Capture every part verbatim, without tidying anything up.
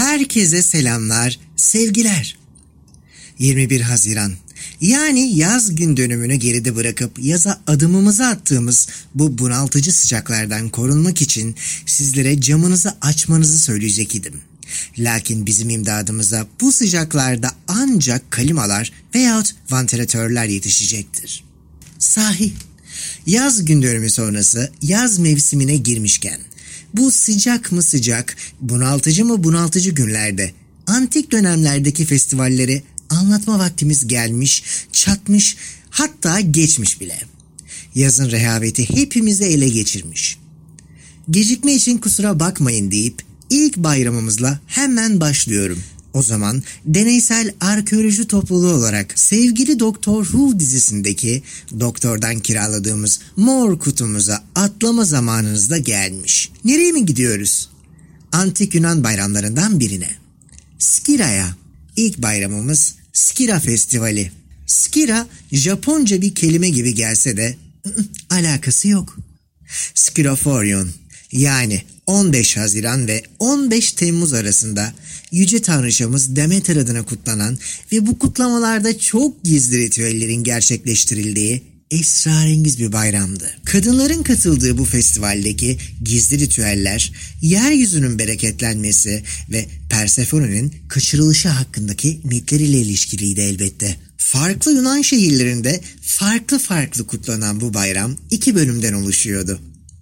Herkese selamlar, sevgiler. yirmi bir Haziran, yani yaz gün dönümünü geride bırakıp yaza adımımızı attığımız bu bunaltıcı sıcaklardan korunmak için sizlere camınızı açmanızı söyleyecek idim. Lakin bizim imdadımıza bu sıcaklarda ancak klimalar veyahut vantilatörler yetişecektir. Sahi, yaz gün dönümü sonrası yaz mevsimine girmişken, bu sıcak mı sıcak, bunaltıcı mı bunaltıcı günlerde antik dönemlerdeki festivalleri anlatma vaktimiz gelmiş, çatmış, hatta geçmiş bile. Yazın rehaveti hepimizi ele geçirmiş. Gecikme için kusura bakmayın deyip ilk bayramımızla hemen başlıyorum. O zaman deneysel arkeoloji topluluğu olarak sevgili Doktor Who dizisindeki doktordan kiraladığımız mor kutumuza atlama zamanınız da gelmiş. Nereye mi gidiyoruz? Antik Yunan bayramlarından birine. Skira'ya. İlk bayramımız Skira Festivali. Skira Japonca bir kelime gibi gelse de ı-ı, alakası yok. Skiroforion, yani on beş Haziran ve on beş Temmuz arasında Yüce Tanrıçamız Demeter adına kutlanan ve bu kutlamalarda çok gizli ritüellerin gerçekleştirildiği esrarengiz bir bayramdı. Kadınların katıldığı bu festivaldeki gizli ritüeller, yeryüzünün bereketlenmesi ve Persephone'nin kaçırılışı hakkındaki mitler ile ilişkiliydi elbette. Farklı Yunan şehirlerinde farklı farklı kutlanan bu bayram iki bölümden oluşuyordu.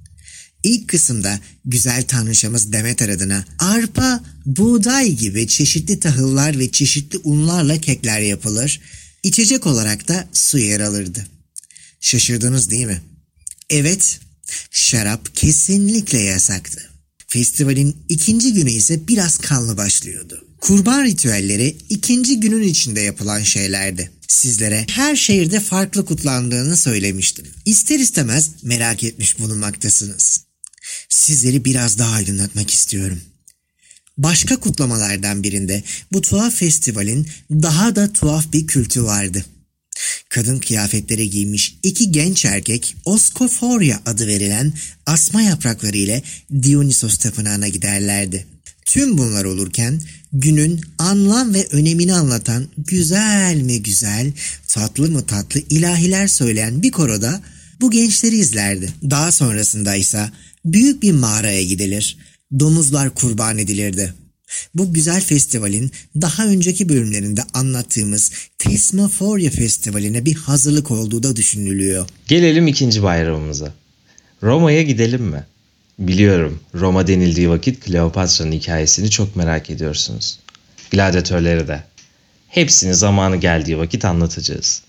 İlk kısımda güzel tanrıçamız Demeter adına arpa, buğday gibi çeşitli tahıllar ve çeşitli unlarla kekler yapılır, içecek olarak da su yer alırdı. Şaşırdınız değil mi? Evet, şarap kesinlikle yasaktı. Festivalin ikinci günü ise biraz kanlı başlıyordu. Kurban ritüelleri ikinci günün içinde yapılan şeylerdi. Sizlere her şehirde farklı kutlandığını söylemiştim. İster istemez merak etmiş bulunmaktasınız. Sizleri biraz daha aydınlatmak istiyorum. Başka kutlamalardan birinde bu tuhaf festivalin daha da tuhaf bir kültü vardı. Kadın kıyafetleri giymiş iki genç erkek Oskoforya adı verilen asma yaprakları ile Dionysos tapınağına giderlerdi. Tüm bunlar olurken günün anlam ve önemini anlatan güzel mi güzel, tatlı mı tatlı ilahiler söyleyen bir koroda bu gençleri izlerdi. Daha sonrasında ise büyük bir mağaraya gidilir, domuzlar kurban edilirdi. Bu güzel festivalin daha önceki bölümlerinde anlattığımız Thesmophoria Festivali'ne bir hazırlık olduğu da düşünülüyor. Gelelim ikinci bayramımıza. Roma'ya gidelim mi? Biliyorum, Roma denildiği vakit Kleopatra'nın hikayesini çok merak ediyorsunuz. Gladyatörleri de. Hepsini zamanı geldiği vakit anlatacağız.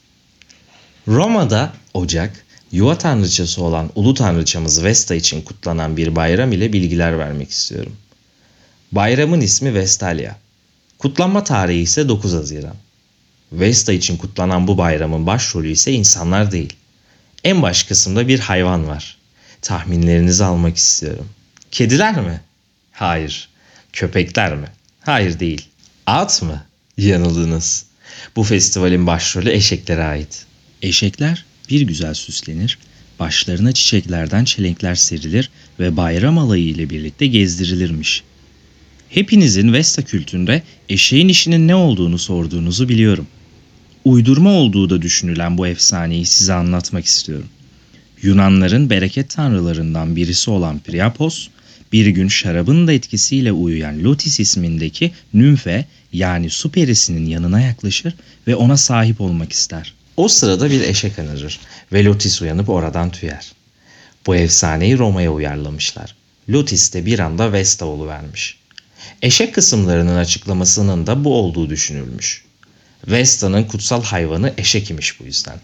Roma'da Ocak, yuva tanrıçası olan ulu tanrıçamız Vesta için kutlanan bir bayram ile bilgiler vermek istiyorum. Bayramın ismi Vestalia. Kutlanma tarihi ise dokuz Haziran. Vesta için kutlanan bu bayramın başrolü ise insanlar değil. En baş kısımda bir hayvan var. Tahminlerinizi almak istiyorum. Kediler mi? Hayır. Köpekler mi? Hayır değil. At mı? Yanıldınız. Bu festivalin başrolü eşeklere ait. Eşekler bir güzel süslenir, başlarına çiçeklerden çelenkler serilir ve bayram alayı ile birlikte gezdirilirmiş. Hepinizin Vesta kültünde eşeğin işinin ne olduğunu sorduğunuzu biliyorum. Uydurma olduğu da düşünülen bu efsaneyi size anlatmak istiyorum. Yunanların bereket tanrılarından birisi olan Priapos, bir gün şarabın da etkisiyle uyuyan Lotis ismindeki nümfe yani su perisinin yanına yaklaşır ve ona sahip olmak ister. O sırada bir eşek anırır ve Lotis uyanıp oradan tüyer. Bu efsaneyi Roma'ya uyarlamışlar. Lotis de bir anda Vesta oluvermiş. Eşek kısımlarının açıklamasının da bu olduğu düşünülmüş. Vesta'nın kutsal hayvanı eşek imiş bu yüzden.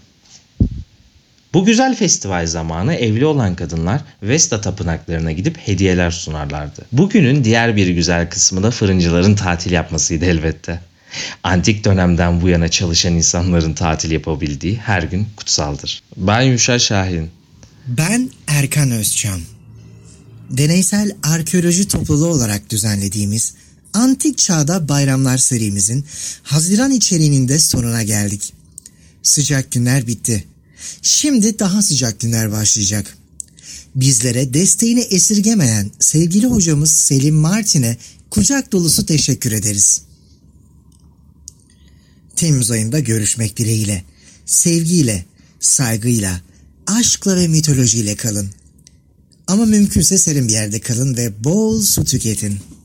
Bu güzel festival zamanı evli olan kadınlar Vesta tapınaklarına gidip hediyeler sunarlardı. Bugünün diğer bir güzel kısmı da fırıncıların tatil yapmasıydı elbette. Antik dönemden bu yana çalışan insanların tatil yapabildiği her gün kutsaldır. Ben Yuşa Şahin. Ben Erkan Özcan. Deneysel arkeoloji topluluğu olarak düzenlediğimiz Antik Çağda Bayramlar serimizin Haziran içeriğinin de sonuna geldik. Sıcak günler bitti. Şimdi daha sıcak günler başlayacak. Bizlere desteğini esirgemeyen sevgili hocamız Selim Martin'e kucak dolusu teşekkür ederiz. Temmuz ayında görüşmek dileğiyle, sevgiyle, saygıyla, aşkla ve mitolojiyle kalın. Ama mümkünse serin bir yerde kalın ve bol su tüketin.